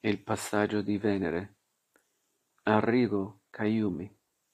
Il passaggio di Venere, Arrigo Caiumi,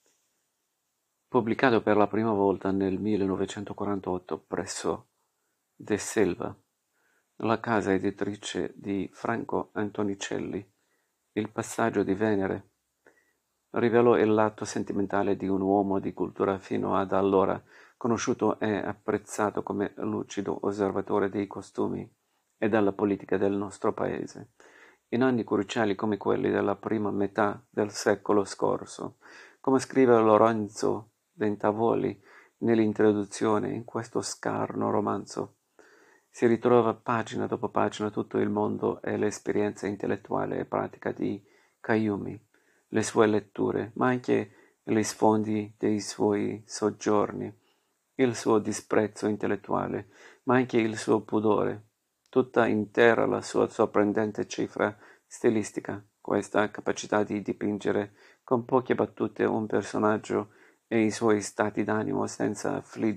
pubblicato per la prima volta nel 1948 presso De Selva, la casa editrice di Franco Antonicelli. Il passaggio di Venere rivelò il lato sentimentale di un uomo di cultura fino ad allora conosciuto e apprezzato come lucido osservatore dei costumi e della politica del nostro paese, in anni cruciali come quelli della prima metà del secolo scorso. Come scrive Lorenzo Ventavoli nell'introduzione in questo scarno romanzo, si ritrova pagina dopo pagina tutto il mondo e l'esperienza intellettuale e pratica di Caiumi, le sue letture, ma anche gli sfondi dei suoi soggiorni, il suo disprezzo intellettuale, ma anche il suo pudore, tutta intera la sua sorprendente cifra stilistica, questa capacità di dipingere con poche battute un personaggio e i suoi stati d'animo senza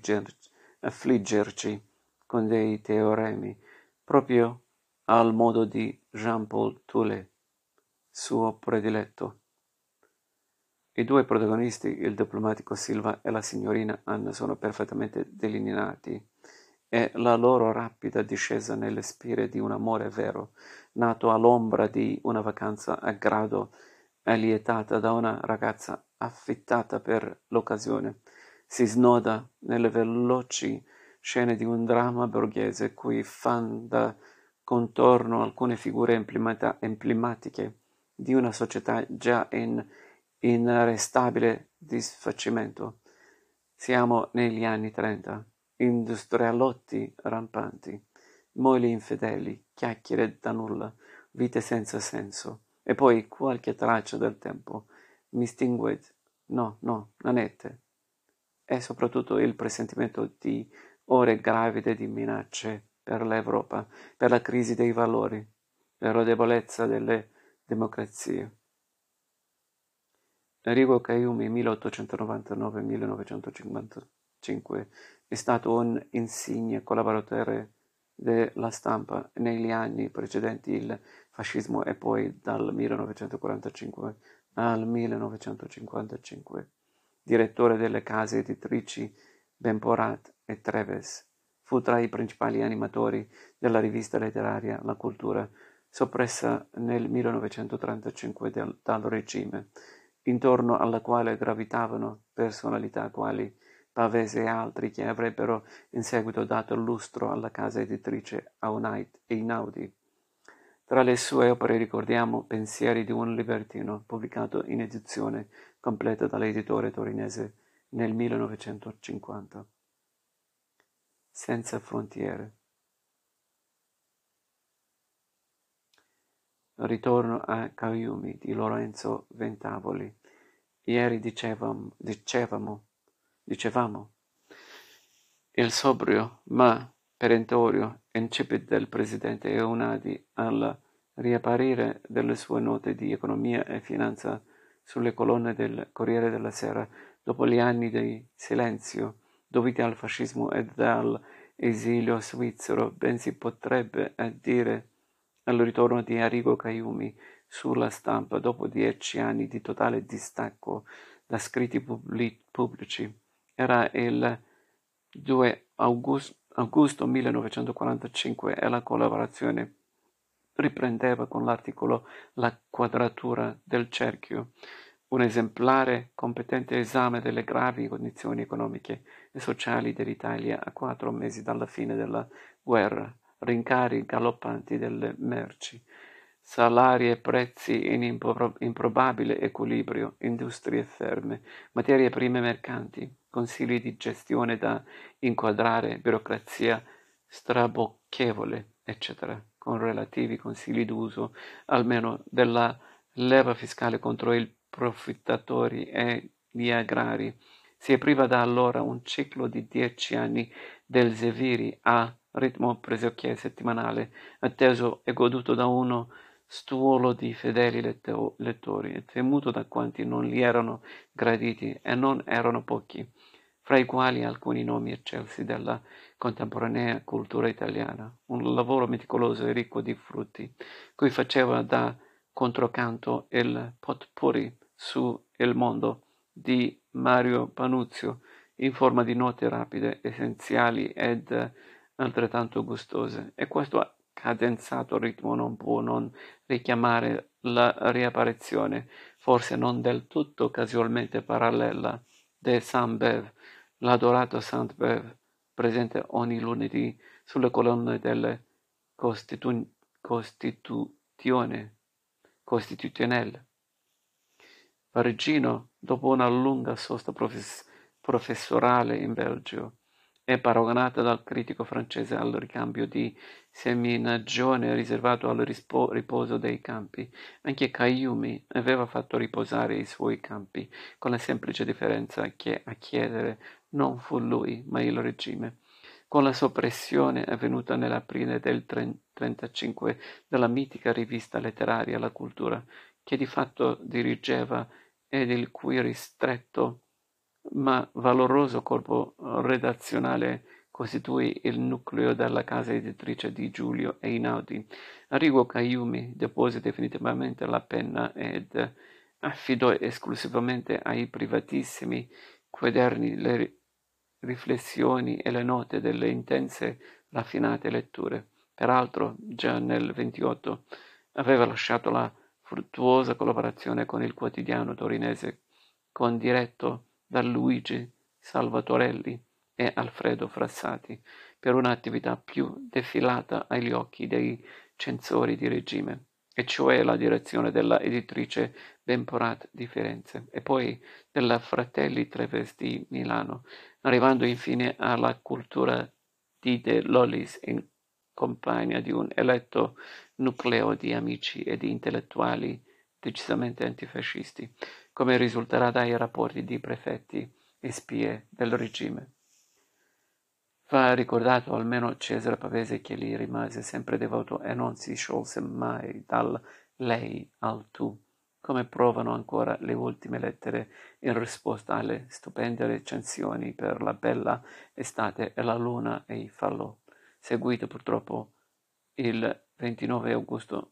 affliggerci con dei teoremi, proprio al modo di Jean-Paul Toulet, suo prediletto. I due protagonisti, il diplomatico Silva e la signorina Anna, sono perfettamente delineati e la loro rapida discesa nelle spire di un amore vero, nato all'ombra di una vacanza a grado, allietata da una ragazza affittata per l'occasione, si snoda nelle veloci scene di un dramma borghese cui fan da contorno alcune figure emblematiche di una società già in inarrestabile disfacimento. Siamo negli anni 30, industrialotti rampanti, mogli infedeli, chiacchiere da nulla, vite senza senso, e poi qualche traccia del tempo, mistinguet, no, nanette, e soprattutto il presentimento di ore gravide di minacce per l'Europa, per la crisi dei valori, per la debolezza delle democrazie. Enrico Caiumi (1899-1955) è stato un insigne collaboratore della stampa negli anni precedenti il fascismo e poi dal 1945 al 1955. Direttore delle case editrici Benporat e Treves, fu tra i principali animatori della rivista letteraria La Cultura, soppressa nel 1935 dal regime, intorno alla quale gravitavano personalità quali Pavese e altri che avrebbero in seguito dato lustro alla casa editrice Einaudi. Tra le sue opere ricordiamo Pensieri di un libertino, pubblicato in edizione completa dall'editore torinese nel 1950. Senza frontiere. Ritorno a Caiumi di Lorenzo Ventavoli. Ieri dicevamo, il sobrio ma perentorio incipit del presidente Eunadi al riapparire delle sue note di economia e finanza sulle colonne del Corriere della Sera dopo gli anni di silenzio dovuti al fascismo e dall'esilio svizzero, ben si potrebbe dire al ritorno di Arrigo Caiumi sulla stampa dopo 10 anni di totale distacco da scritti pubblici. Era il 2 agosto 1945 e la collaborazione riprendeva con l'articolo La quadratura del cerchio, un esemplare competente esame delle gravi condizioni economiche e sociali dell'Italia a 4 mesi dalla fine della guerra, rincari galoppanti delle merci, salari e prezzi in improbabile equilibrio, industrie ferme, materie prime mercanti, consigli di gestione da inquadrare, burocrazia strabocchevole, eccetera, con relativi consigli d'uso, almeno della leva fiscale contro i profittatori e gli agrari. Si apriva da allora un ciclo di 10 anni del Zeviri a ritmo pressoché settimanale, atteso e goduto da uno stuolo di fedeli lettori, e temuto da quanti non gli erano graditi, e non erano pochi, fra i quali alcuni nomi eccelsi della contemporanea cultura italiana, un lavoro meticoloso e ricco di frutti, cui faceva da controcanto il potpourri su Il mondo di Mario Panuzio in forma di note rapide, essenziali ed altrettanto gustose, e questo cadenzato ritmo non può non richiamare la riapparizione, forse non del tutto casualmente parallela, de Saint-Beuve, l'adorato Saint-Beuve, presente ogni lunedì sulle colonne delle Costituzione Costituzionelle. Parigino, dopo una lunga sosta professorale in Belgio, è paragonata dal critico francese al ricambio di seminagione riservato al riposo dei campi. Anche Cagliumi aveva fatto riposare i suoi campi, con la semplice differenza che a chiedere non fu lui, ma il regime. Con la soppressione avvenuta nell'aprile del 1935 della mitica rivista letteraria La Cultura, che di fatto dirigeva ed il cui ristretto ma valoroso corpo redazionale costituì il nucleo della casa editrice di Giulio Einaudi, Arrigo Cagliumi depose definitivamente la penna ed affidò esclusivamente ai privatissimi quaderni le riflessioni e le note delle intense, raffinate letture. Peraltro, già nel 28 aveva lasciato la fruttuosa collaborazione con il quotidiano torinese, condiretto da Luigi Salvatorelli e Alfredo Frassati, per un'attività più defilata agli occhi dei censori di regime, e cioè la direzione della editrice Benporat di Firenze e poi della Fratelli Treves di Milano, arrivando infine alla cultura di De Lollis in compagnia di un eletto nucleo di amici e di intellettuali decisamente antifascisti, come risulterà dai rapporti di prefetti e spie del regime. Va ricordato almeno Cesare Pavese, che gli rimase sempre devoto e non si sciolse mai dal lei al tu, come provano ancora le ultime lettere in risposta alle stupende recensioni per La bella estate e La luna e i falò, seguito purtroppo il 29 agosto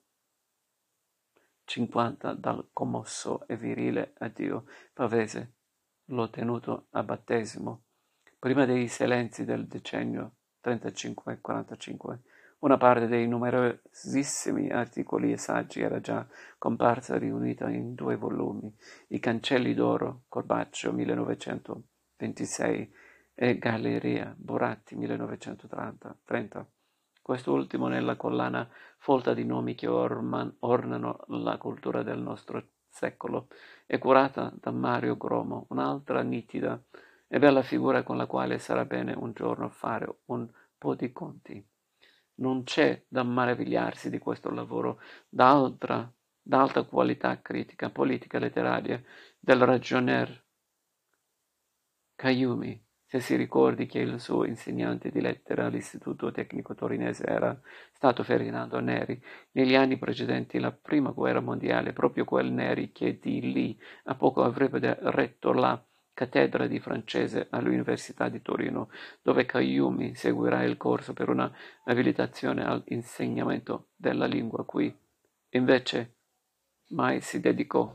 50 dal commosso e virile addio Pavese, l'ho tenuto a battesimo. Prima dei silenzi del decennio 35-45, una parte dei numerosissimi articoli e saggi era già comparsa riunita in 2 volumi, I Cancelli d'Oro, Corbaccio 1926 e Galleria, Boratti 1930. Quest'ultimo nella collana folta di nomi che ornano la cultura del nostro secolo, è curata da Mario Gromo, un'altra nitida e bella figura con la quale sarà bene un giorno fare un po' di conti. Non c'è da meravigliarsi di questo lavoro d'alta qualità critica, politica, letteraria del ragioner Cagliumi, se si ricordi che il suo insegnante di lettere all'Istituto Tecnico Torinese era stato Ferdinando Neri, negli anni precedenti la Prima Guerra Mondiale, proprio quel Neri che di lì a poco avrebbe retto la cattedra di francese all'Università di Torino, dove Cagliumi seguirà il corso per una abilitazione all'insegnamento della lingua, cui invece mai si dedicò.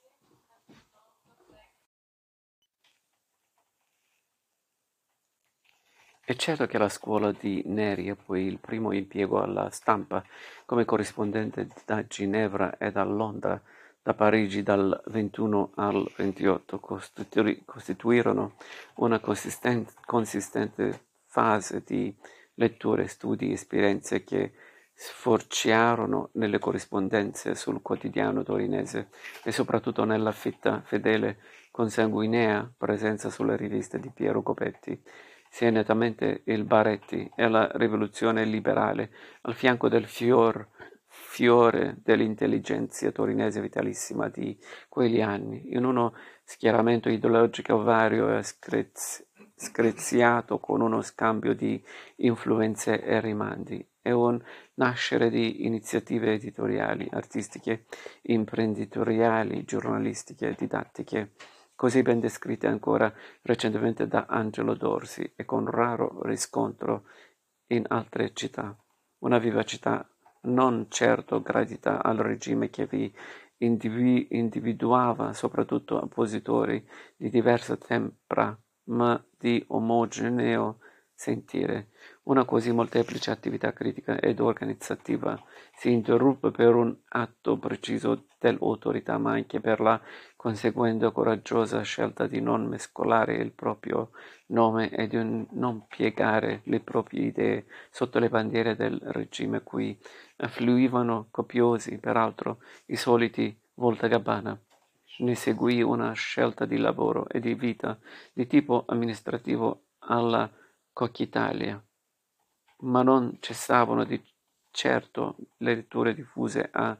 È certo che la scuola di Neri e poi il primo impiego alla Stampa come corrispondente da Ginevra e da Londra, da Parigi dal 21 al 28 costituirono una consistente fase di letture, studi, esperienze che sfociarono nelle corrispondenze sul quotidiano torinese e soprattutto nella fitta, fedele, consanguinea presenza sulle riviste di Piero Gobetti, sia nettamente il Baretti e la rivoluzione liberale, al fianco del fiore dell'intelligenza torinese vitalissima di quegli anni, in uno schieramento ideologico vario e screziato con uno scambio di influenze e rimandi, e un nascere di iniziative editoriali, artistiche, imprenditoriali, giornalistiche, didattiche, così ben descritte ancora recentemente da Angelo Dorsi e con raro riscontro in altre città. Una vivacità non certo gradita al regime che vi individuava soprattutto oppositori di diversa tempra, ma di omogeneo sentire. Una così molteplice attività critica ed organizzativa si interruppe per un atto preciso dell'autorità, ma anche per la conseguente coraggiosa scelta di non mescolare il proprio nome e di non piegare le proprie idee sotto le bandiere del regime cui affluivano copiosi, peraltro, i soliti voltagabbana. Ne seguì una scelta di lavoro e di vita di tipo amministrativo alla Cocchitalia, ma non cessavano di certo le letture diffuse a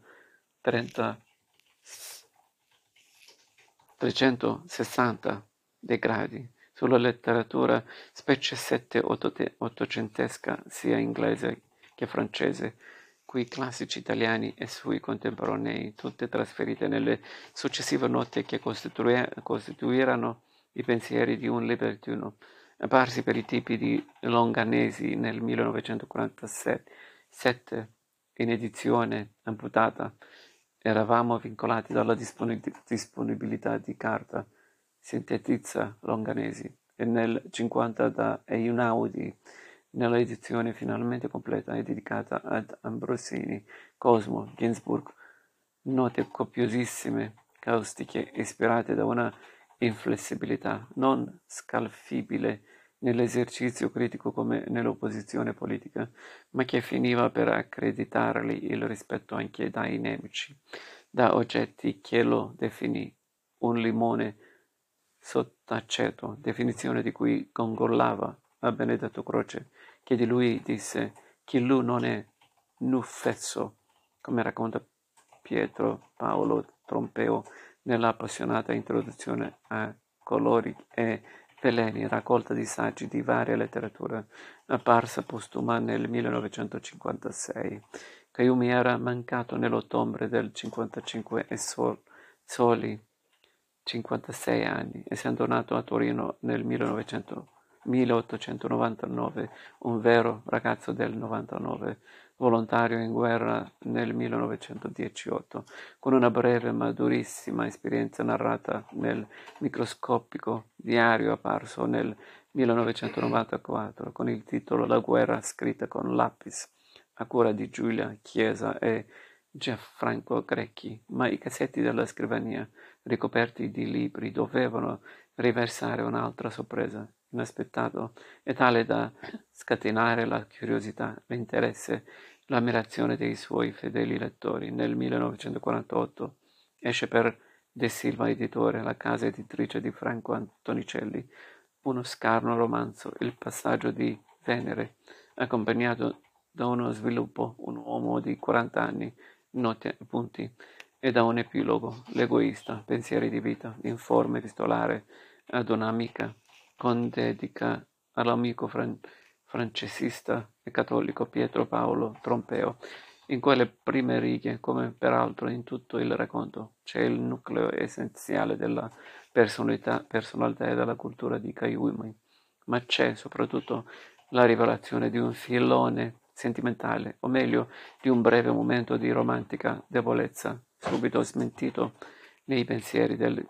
360 degradi sulla letteratura, specie sette ottocentesca, sia inglese che francese, quei classici italiani e sui contemporanei, tutte trasferite nelle successive note che costituirono i pensieri di un libertino, apparsi per i tipi di Longanesi nel 1947, in edizione amputata. Eravamo vincolati dalla disponibilità di carta, sintetizza Longanesi, e nel 50 da Einaudi, nella edizione finalmente completa e dedicata ad Ambrosini, Cosmo, Ginsburg, note copiosissime, caustiche, ispirate da una inflessibilità non scalfibile nell'esercizio critico come nell'opposizione politica, ma che finiva per accreditargli il rispetto anche dai nemici, da oggetti che lo definì un limone sott'aceto, definizione di cui gongolava a Benedetto Croce, che di lui disse: chi lui non è nuffesso, come racconta Pietro Paolo Trompeo nella appassionata introduzione a Colori e veleni, raccolta di saggi di varia letteratura, apparsa postuma nel 1956. Caiumi era mancato nell'ottobre del 55 e soli 56 anni, essendo nato a Torino nel 1899, un vero ragazzo del 99, volontario in guerra nel 1918, con una breve ma durissima esperienza narrata nel microscopico diario apparso nel 1994 con il titolo La guerra scritta con lapis, a cura di Giulia Chiesa e Gianfranco Grecchi, ma i cassetti della scrivania, ricoperti di libri, dovevano riversare un'altra sorpresa, inaspettato e tale da scatenare la curiosità, l'interesse, l'ammirazione dei suoi fedeli lettori. Nel 1948 esce per De Silva Editore, la casa editrice di Franco Antonicelli, uno scarno romanzo, Il passaggio di Venere, accompagnato da uno sviluppo, un uomo di 40 anni, note appunti, e da un epilogo, L'egoista, pensieri di vita, informe epistolare ad un'amica, con dedica all'amico francesista e cattolico Pietro Paolo Trompeo. In quelle prime righe, come peraltro in tutto il racconto, c'è il nucleo essenziale della personalità e della cultura di Caiumi, ma c'è soprattutto la rivelazione di un filone sentimentale, o meglio, di un breve momento di romantica debolezza, subito smentito nei pensieri del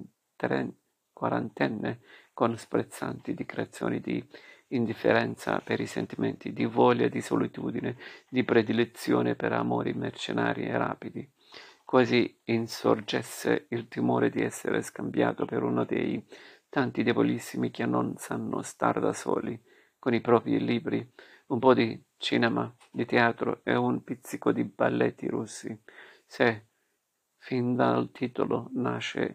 quarantenne con sprezzanti dichiarazioni di indifferenza per i sentimenti, di voglia di solitudine, di predilezione per amori mercenari e rapidi. Quasi insorgesse il timore di essere scambiato per uno dei tanti debolissimi che non sanno star da soli, con i propri libri, un po' di cinema, di teatro e un pizzico di balletti russi. Se, fin dal titolo, nasce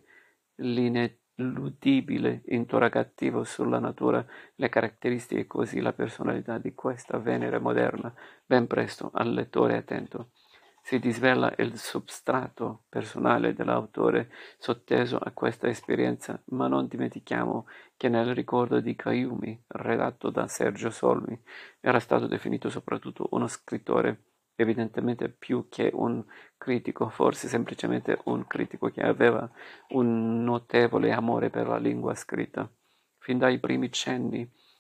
l'ineludibile interrogativo sulla natura, le caratteristiche e così la personalità di questa Venere moderna, ben presto al lettore attento si disvela il substrato personale dell'autore sotteso a questa esperienza, ma non dimentichiamo che nel ricordo di Caiumi, redatto da Sergio Solmi, era stato definito soprattutto uno scrittore, evidentemente più che un critico, forse semplicemente un critico che aveva un notevole amore per la lingua scritta. Fin dai primi cenni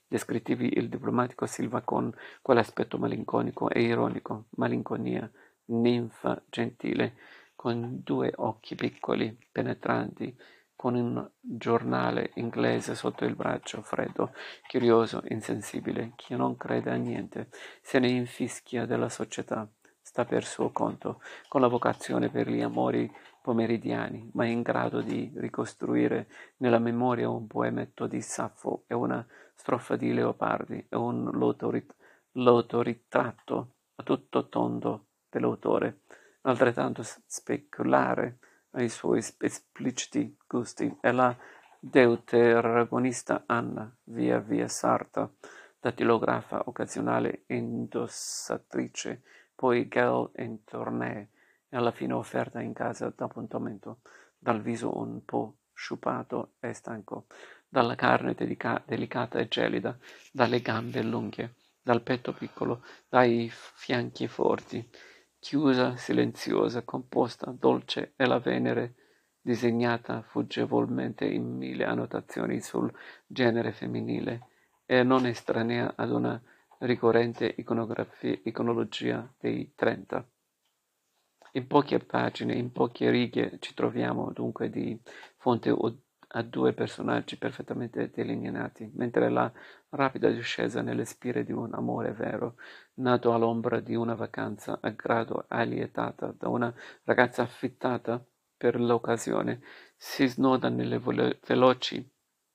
Descritivi il diplomatico Silva con quell'aspetto malinconico e ironico, malinconia, ninfa gentile, con due occhi piccoli, penetranti, con un giornale inglese sotto il braccio, freddo, curioso, insensibile, che non crede a niente, se ne infischia della società, sta per suo conto, con la vocazione per gli amori pomeridiani, ma in grado di ricostruire nella memoria un poemetto di Saffo e una strofa di Leopardi e un l'autoritratto a tutto tondo dell'autore, altrettanto speculare ai suoi espliciti gusti, e la deuteragonista Anna, via via sarta, dattilografa occasionale indossatrice, poi girl in tournée, e alla fine offerta in casa d'appuntamento, dal viso un po' sciupato e stanco, dalla carne delicata e gelida, dalle gambe lunghe, dal petto piccolo, dai fianchi forti, chiusa, silenziosa, composta, dolce, e la Venere disegnata fuggevolmente in mille annotazioni sul genere femminile, e non estranea ad una ricorrente iconologia dei 30. In poche pagine, in poche righe, ci troviamo dunque di fronte a due personaggi perfettamente delineati, mentre la rapida discesa nelle spire di un amore vero, nato all'ombra di una vacanza a grado allietata da una ragazza affittata per l'occasione, si snoda nelle veloci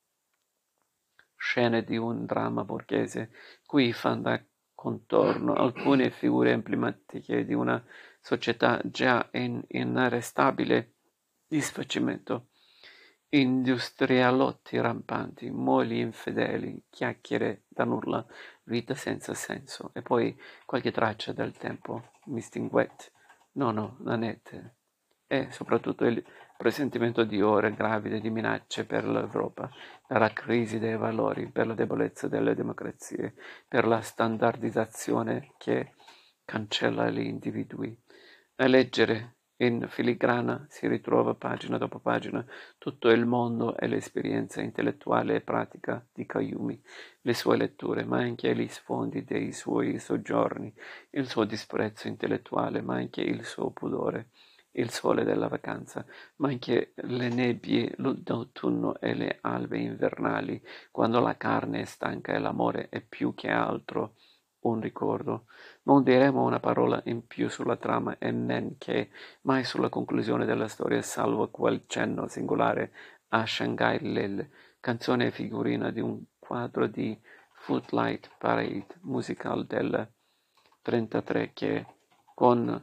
scene di un dramma borghese, cui fan da contorno alcune figure emblematiche di una società già in inarrestabile disfacimento: industrialotti rampanti, mogli infedeli, chiacchiere da nulla, vita senza senso, e poi qualche traccia del tempo, mistinguette, no, Nanette, e soprattutto il presentimento di ore gravide di minacce per l'Europa, per la crisi dei valori, per la debolezza delle democrazie, per la standardizzazione che cancella gli individui. A leggere in filigrana si ritrova pagina dopo pagina tutto il mondo e l'esperienza intellettuale e pratica di Kayumi, le sue letture, ma anche gli sfondi dei suoi soggiorni, il suo disprezzo intellettuale, ma anche il suo pudore, il sole della vacanza, ma anche le nebbie d'autunno e le albe invernali, quando la carne è stanca e l'amore è più che altro un ricordo. Non diremo una parola in più sulla trama e men che mai sulla conclusione della storia, salvo quel cenno singolare a Shanghai Lil, canzone e figurina di un quadro di Footlight Parade musical del 33 che, con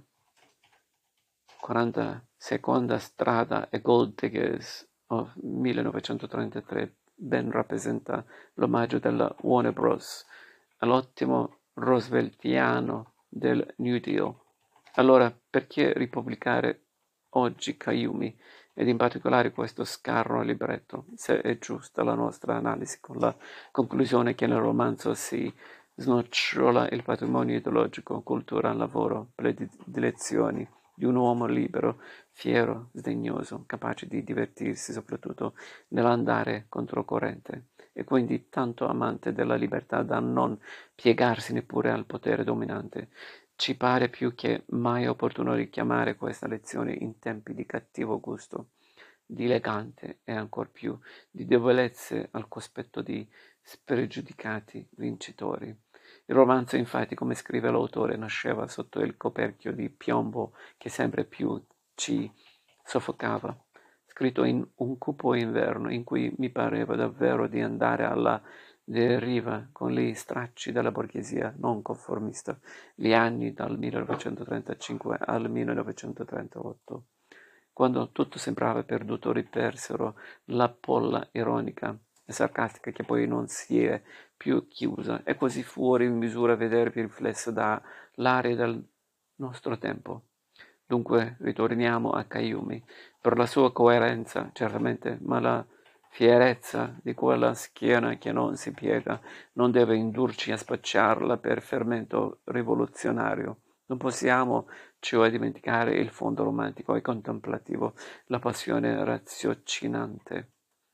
42ª strada e Gold Diggers of 1933, ben rappresenta l'omaggio della Warner Bros. All'ottimo rooseveltiano del New Deal. Allora, perché ripubblicare oggi Kayumi, ed in particolare questo scarno libretto, se è giusta la nostra analisi, con la conclusione che nel romanzo si snocciola il patrimonio ideologico, cultura, lavoro, predilezioni di un uomo libero, fiero, sdegnoso, capace di divertirsi soprattutto nell'andare controcorrente, e quindi tanto amante della libertà da non piegarsi neppure al potere dominante. Ci pare più che mai opportuno richiamare questa lezione in tempi di cattivo gusto, di elegante e ancor più di debolezze al cospetto di spregiudicati vincitori. Il romanzo, infatti, come scrive l'autore, nasceva sotto il coperchio di piombo che sempre più ci soffocava, scritto in un cupo inverno in cui mi pareva davvero di andare alla deriva con gli stracci della borghesia non conformista, gli anni dal 1935 al 1938, quando tutto sembrava perduto, ripersero la polla ironica e sarcastica che poi non si è più chiusa, e così fuori in misura vedervi riflessa dall'aria del nostro tempo. Dunque ritorniamo a Kayumi, per la sua coerenza, certamente, ma la fierezza di quella schiena che non si piega non deve indurci a spacciarla per fermento rivoluzionario. Non possiamo cioè dimenticare il fondo romantico e contemplativo, la passione raziocinante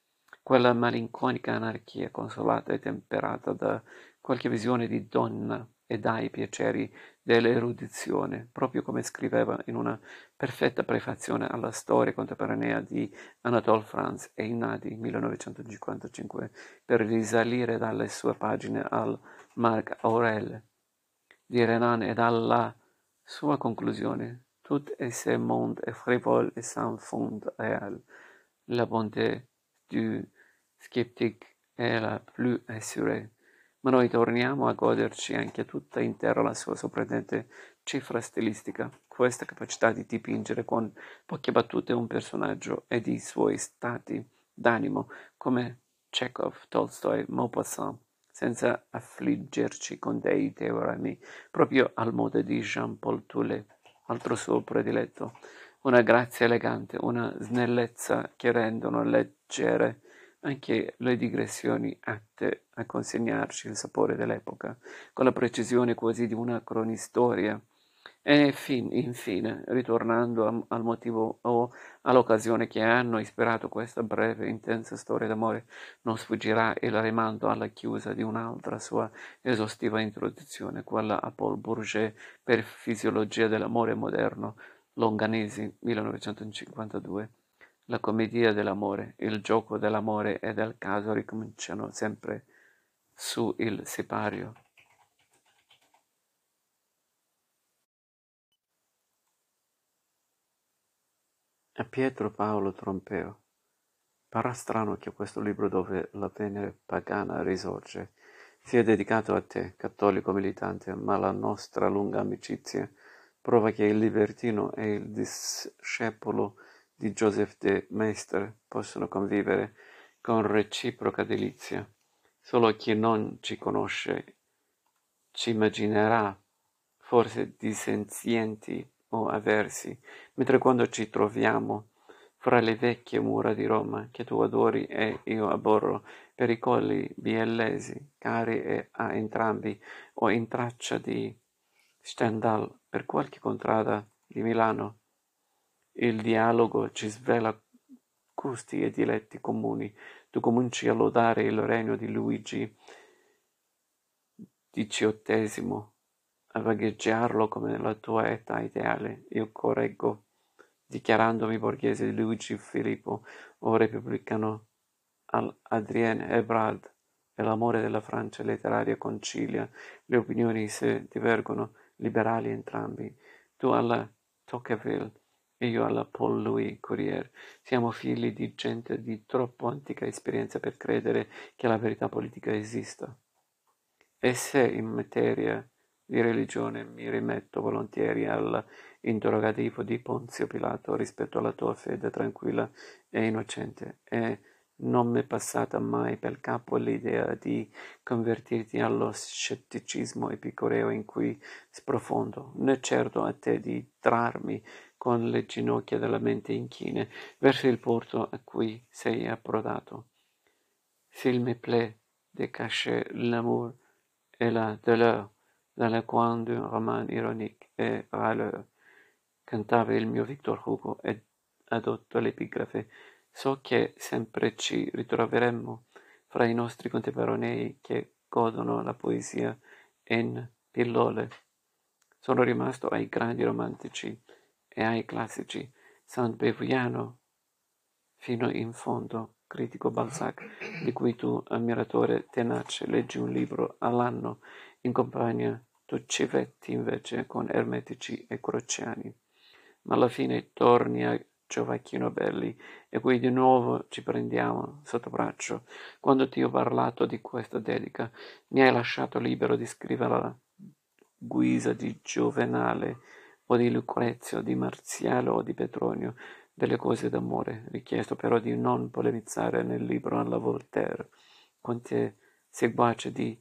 quella malinconica anarchia consolata e temperata da qualche visione di donna e dai piaceri dell'erudizione, proprio come scriveva in una perfetta prefazione alla storia contemporanea di Anatole France e Inadi 1955, per risalire dalle sue pagine al Marc Aurèle di Renan e dalla sua conclusione: Tout ce monde est frivole et sans fond réel. La bonté du sceptique è la plus assurée. Ma noi torniamo a goderci anche tutta intera la sua sorprendente cifra stilistica, questa capacità di dipingere con poche battute un personaggio ed i suoi stati d'animo, come Chekhov, Tolstoi, Maupassant, senza affliggerci con dei teoremi, proprio al modo di Jean-Paul Toulet, altro suo prediletto. Una grazia elegante, una snellezza che rendono leggere anche le digressioni atte a consegnarci il sapore dell'epoca, con la precisione quasi di una cronistoria. E infine, ritornando al motivo o all'occasione che hanno ispirato questa breve, intensa storia d'amore, non sfuggirà il rimando alla chiusa di un'altra sua esaustiva introduzione, quella a Paul Bourget per Fisiologia dell'amore moderno, Longanesi, 1952. La commedia dell'amore, il gioco dell'amore e del caso ricominciano sempre su il sipario. A Pietro Paolo Trompeo. Parrà strano che questo libro dove la Venere pagana risorge sia dedicato a te, cattolico militante, ma la nostra lunga amicizia prova che il libertino e il discepolo di Joseph de Maistre possono convivere con reciproca delizia. Solo chi non ci conosce ci immaginerà forse dissenzienti o avversi, mentre quando ci troviamo fra le vecchie mura di Roma, che tu adori e io aborro, per i colli biellesi, cari a entrambi, o in traccia di Stendhal per qualche contrada di Milano, il dialogo ci svela gusti e diletti comuni. Tu cominci a lodare il regno di Luigi XVIII, a vagheggiarlo come la tua età ideale. Io correggo, dichiarandomi borghese di Luigi Filippo o repubblicano Adrien Ebrard, e l'amore della Francia letteraria concilia le opinioni se divergono, liberali entrambi. Tu alla Tocqueville e io alla Paul-Louis Courier. Siamo figli di gente di troppo antica esperienza per credere che la verità politica esista. E se in materia di religione mi rimetto volentieri all'interrogativo di Ponzio Pilato rispetto alla tua fede tranquilla e innocente, e non m'è passata mai pel capo l'idea di convertirti allo scetticismo epicureo in cui sprofondo, né certo a te di trarmi con le ginocchia della mente inchine verso il porto a cui sei approdato. S'il me plaît de cacher l'amour et la douleur dans le coin d'un roman ironique e râleur, cantava il mio Victor Hugo ed adotto l'epigrafe. So che sempre ci ritroveremo fra i nostri contemporanei che godono la poesia in pillole. Sono rimasto ai grandi romantici e ai classici, Saint-Beuviano fino in fondo, critico Balzac, di cui tu, ammiratore tenace, leggi un libro all'anno in compagnia, tu civetti invece con ermetici e crociani. Ma alla fine torni a Giovacchino Belli e qui di nuovo ci prendiamo sotto braccio. Quando ti ho parlato di questa dedica, mi hai lasciato libero di scrivere alla guisa di Giovenale o di Lucrezio, di Marziale o di Petronio, delle cose d'amore, richiesto però di non polemizzare nel libro alla Voltaire, con te seguace di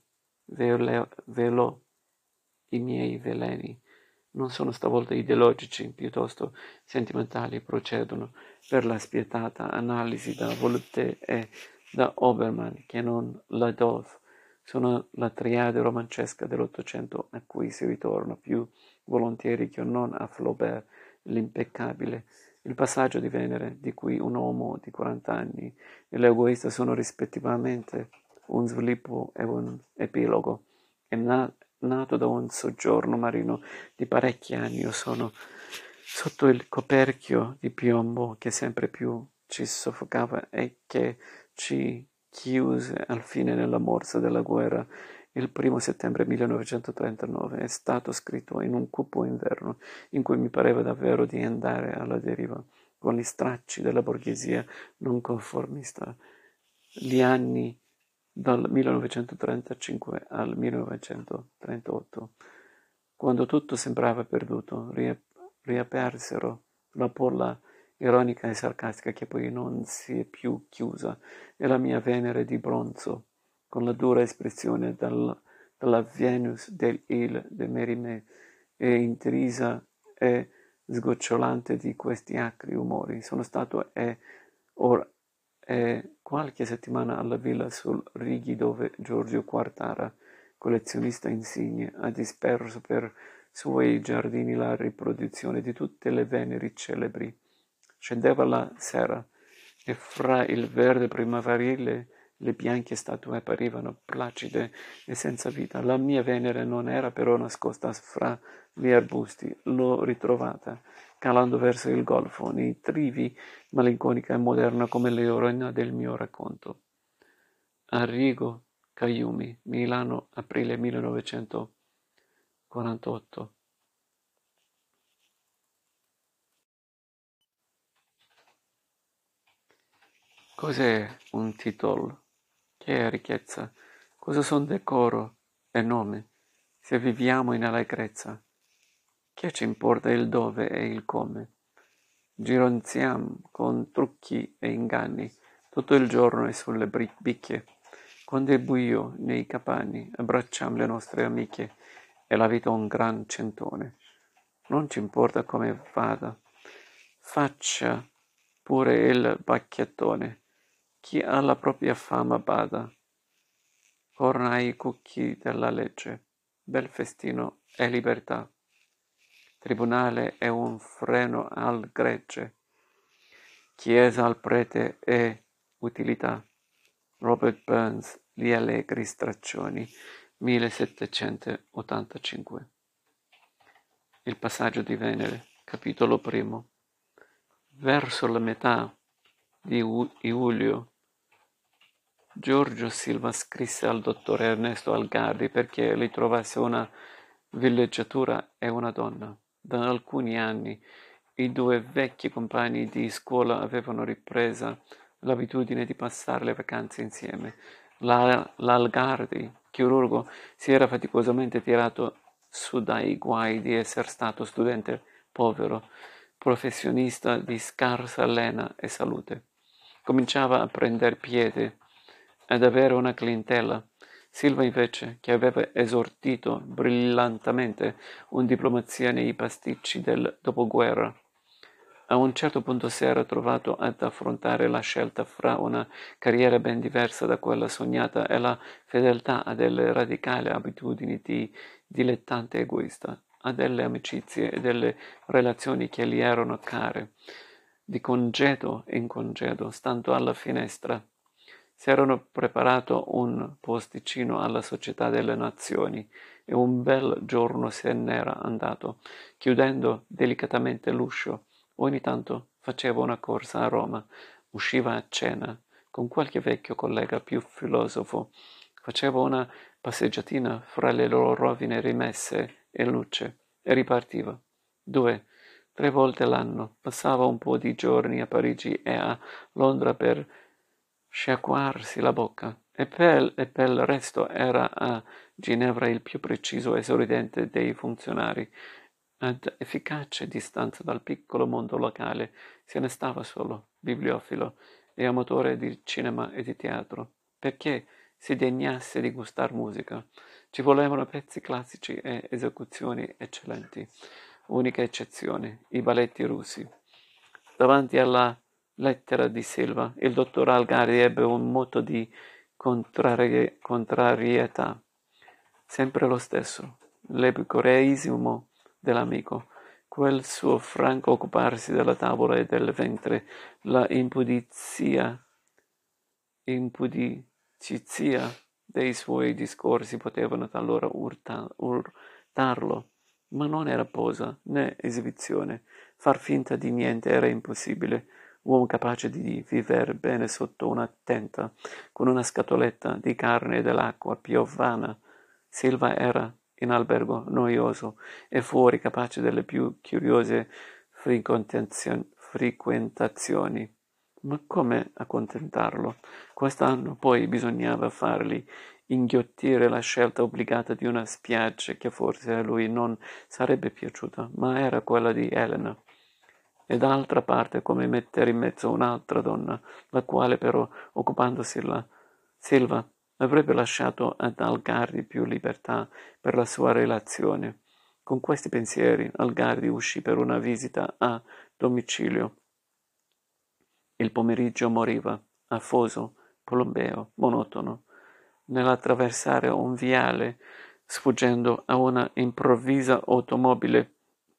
velò i miei veleni. Non sono stavolta ideologici, piuttosto sentimentali, procedono per la spietata analisi da Voltaire e da Obermann, che non la Dove. Sono la triade romancesca dell'Ottocento a cui si ritorna più volentieri che non a Flaubert, l'impeccabile, Il passaggio di Venere, di cui un uomo di 40 anni e l'egoista sono rispettivamente un sviluppo e un epilogo, è nato da un soggiorno marino di parecchi anni. Io sono sotto il coperchio di piombo che sempre più ci soffocava e che ci chiuse al fine nella morsa della guerra. Il 1° settembre 1939 è stato scritto in un cupo inverno in cui mi pareva davvero di andare alla deriva con gli stracci della borghesia non conformista. Gli anni dal 1935 al 1938, quando tutto sembrava perduto, riapersero la bolla ironica e sarcastica che poi non si è più chiusa, e la mia Venere di bronzo, con la dura espressione della Venus dell'Île de Mérimée, è intrisa e sgocciolante di questi acri umori. Sono stato qualche settimana alla villa sul Righi dove Giorgio Quartara, collezionista insigne, ha disperso per suoi giardini la riproduzione di tutte le Veneri celebri. Scendeva la sera e fra il verde primaverile le bianche statue apparivano placide e senza vita. La mia Venere non era però nascosta fra gli arbusti. L'ho ritrovata, calando verso il golfo, nei trivi, malinconica e moderna come l'eroina del mio racconto. Arrigo Caiumi, Milano, aprile 1948. Cos'è un titolo? Che è ricchezza? Cosa son decoro e nome? Se viviamo in allegrezza, che ci importa il dove e il come? Gironziam con trucchi e inganni tutto il giorno e sulle bicche. Quando è buio nei capanni abbracciam le nostre amiche e la vita un gran centone. Non ci importa come vada, faccia pure il bacchettone. Chi ha la propria fama bada, corna ai cucchi della legge, bel festino e libertà. Tribunale è un freno al gregge, chiesa al prete e utilità. Robert Burns, Gli allegri straccioni, 1785. Il passaggio di Venere, capitolo primo. Verso la metà di luglio, Giorgio Silva scrisse al dottore Ernesto Algardi perché gli trovasse una villeggiatura e una donna. Da alcuni anni i due vecchi compagni di scuola avevano ripresa l'abitudine di passare le vacanze insieme. L'Algardi, chirurgo, si era faticosamente tirato su dai guai di essere stato studente povero, professionista di scarsa lena e salute. Cominciava a prender piede, ad avere una clientela. Silva invece, che aveva esordito brillantemente una diplomazia nei pasticci del dopoguerra, a un certo punto si era trovato ad affrontare la scelta fra una carriera ben diversa da quella sognata e la fedeltà a delle radicali abitudini di dilettante egoista, a delle amicizie e delle relazioni che gli erano care. Di congedo in congedo, stando alla finestra, si erano preparato un posticino alla Società delle Nazioni e un bel giorno se n'era andato, chiudendo delicatamente l'uscio. Ogni tanto faceva una corsa a Roma, usciva a cena con qualche vecchio collega più filosofo, faceva una passeggiatina fra le loro rovine rimesse in luce e ripartiva. 2, 3 volte l'anno passava un po' di giorni a Parigi e a Londra per sciacquarsi la bocca, e per il resto era a Ginevra il più preciso e sorridente dei funzionari. Ad efficace distanza dal piccolo mondo locale se ne stava solo, bibliofilo e amatore di cinema e di teatro, perché si degnasse di gustar musica. Ci volevano pezzi classici e esecuzioni eccellenti. Unica eccezione, i balletti russi. Davanti alla lettera di Silva, il dottor Algari ebbe un moto di contrarietà. Sempre lo stesso, l'epicureismo dell'amico, quel suo franco occuparsi della tavola e del ventre, la impudicizia dei suoi discorsi potevano talora urtarlo, ma non era posa né esibizione. Far finta di niente era impossibile. Uomo capace di viver bene sotto una tenda, con una scatoletta di carne e dell'acqua piovana. Silva era in albergo noioso e fuori capace delle più curiose frequentazioni. Ma come accontentarlo? Quest'anno poi bisognava fargli inghiottire la scelta obbligata di una spiaggia che forse a lui non sarebbe piaciuta, ma era quella di Elena. E d'altra parte come mettere in mezzo un'altra donna, la quale però, occupandosi la Silva, avrebbe lasciato ad Algardi più libertà per la sua relazione. Con questi pensieri Algardi uscì per una visita a domicilio. Il pomeriggio moriva, afoso, plombeo, monotono, nell'attraversare un viale, sfuggendo a una improvvisa automobile.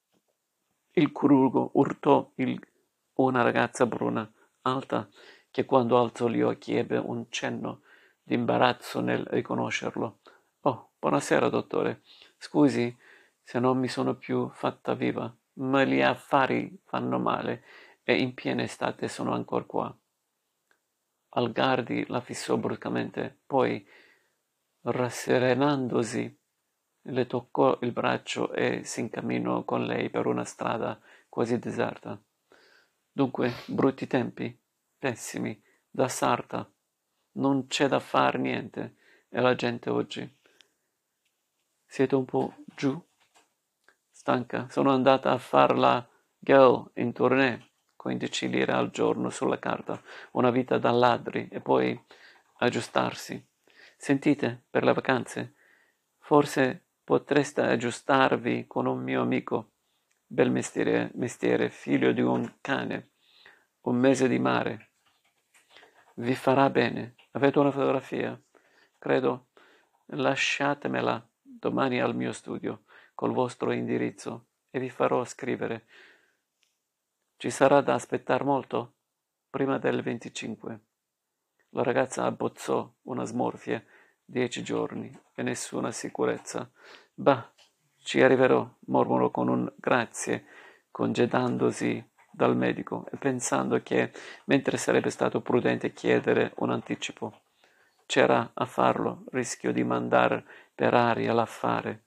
Il chirurgo urtò una ragazza bruna, alta, che quando alzò gli occhi ebbe un cenno di imbarazzo nel riconoscerlo. «Oh, buonasera, dottore. Scusi se non mi sono più fatta viva, ma gli affari fanno male e in piena estate sono ancor qua». Algardi la fissò bruscamente, poi, rasserenandosi, le toccò il braccio e s'incamminò con lei per una strada quasi deserta. «Dunque, brutti tempi? Pessimi, da sarta. Non c'è da far niente. E la gente oggi? Siete un po' giù? Stanca? Sono andata a far la girl in tournée, 15 lire al giorno sulla carta, una vita da ladri, e poi aggiustarsi. Sentite, per le vacanze, forse potreste aggiustarvi con un mio amico. Bel mestiere, figlio di un cane. Un mese di mare. Vi farà bene. Avete una fotografia? Credo. Lasciatemela domani al mio studio, col vostro indirizzo, e vi farò scrivere. Ci sarà da aspettar molto? Prima del 25. La ragazza abbozzò una smorfia. 10 giorni e nessuna sicurezza. Bah, ci arriverò, mormorò con un grazie, congedandosi dal medico e pensando che, mentre sarebbe stato prudente chiedere un anticipo, c'era a farlo rischio di mandar per aria l'affare.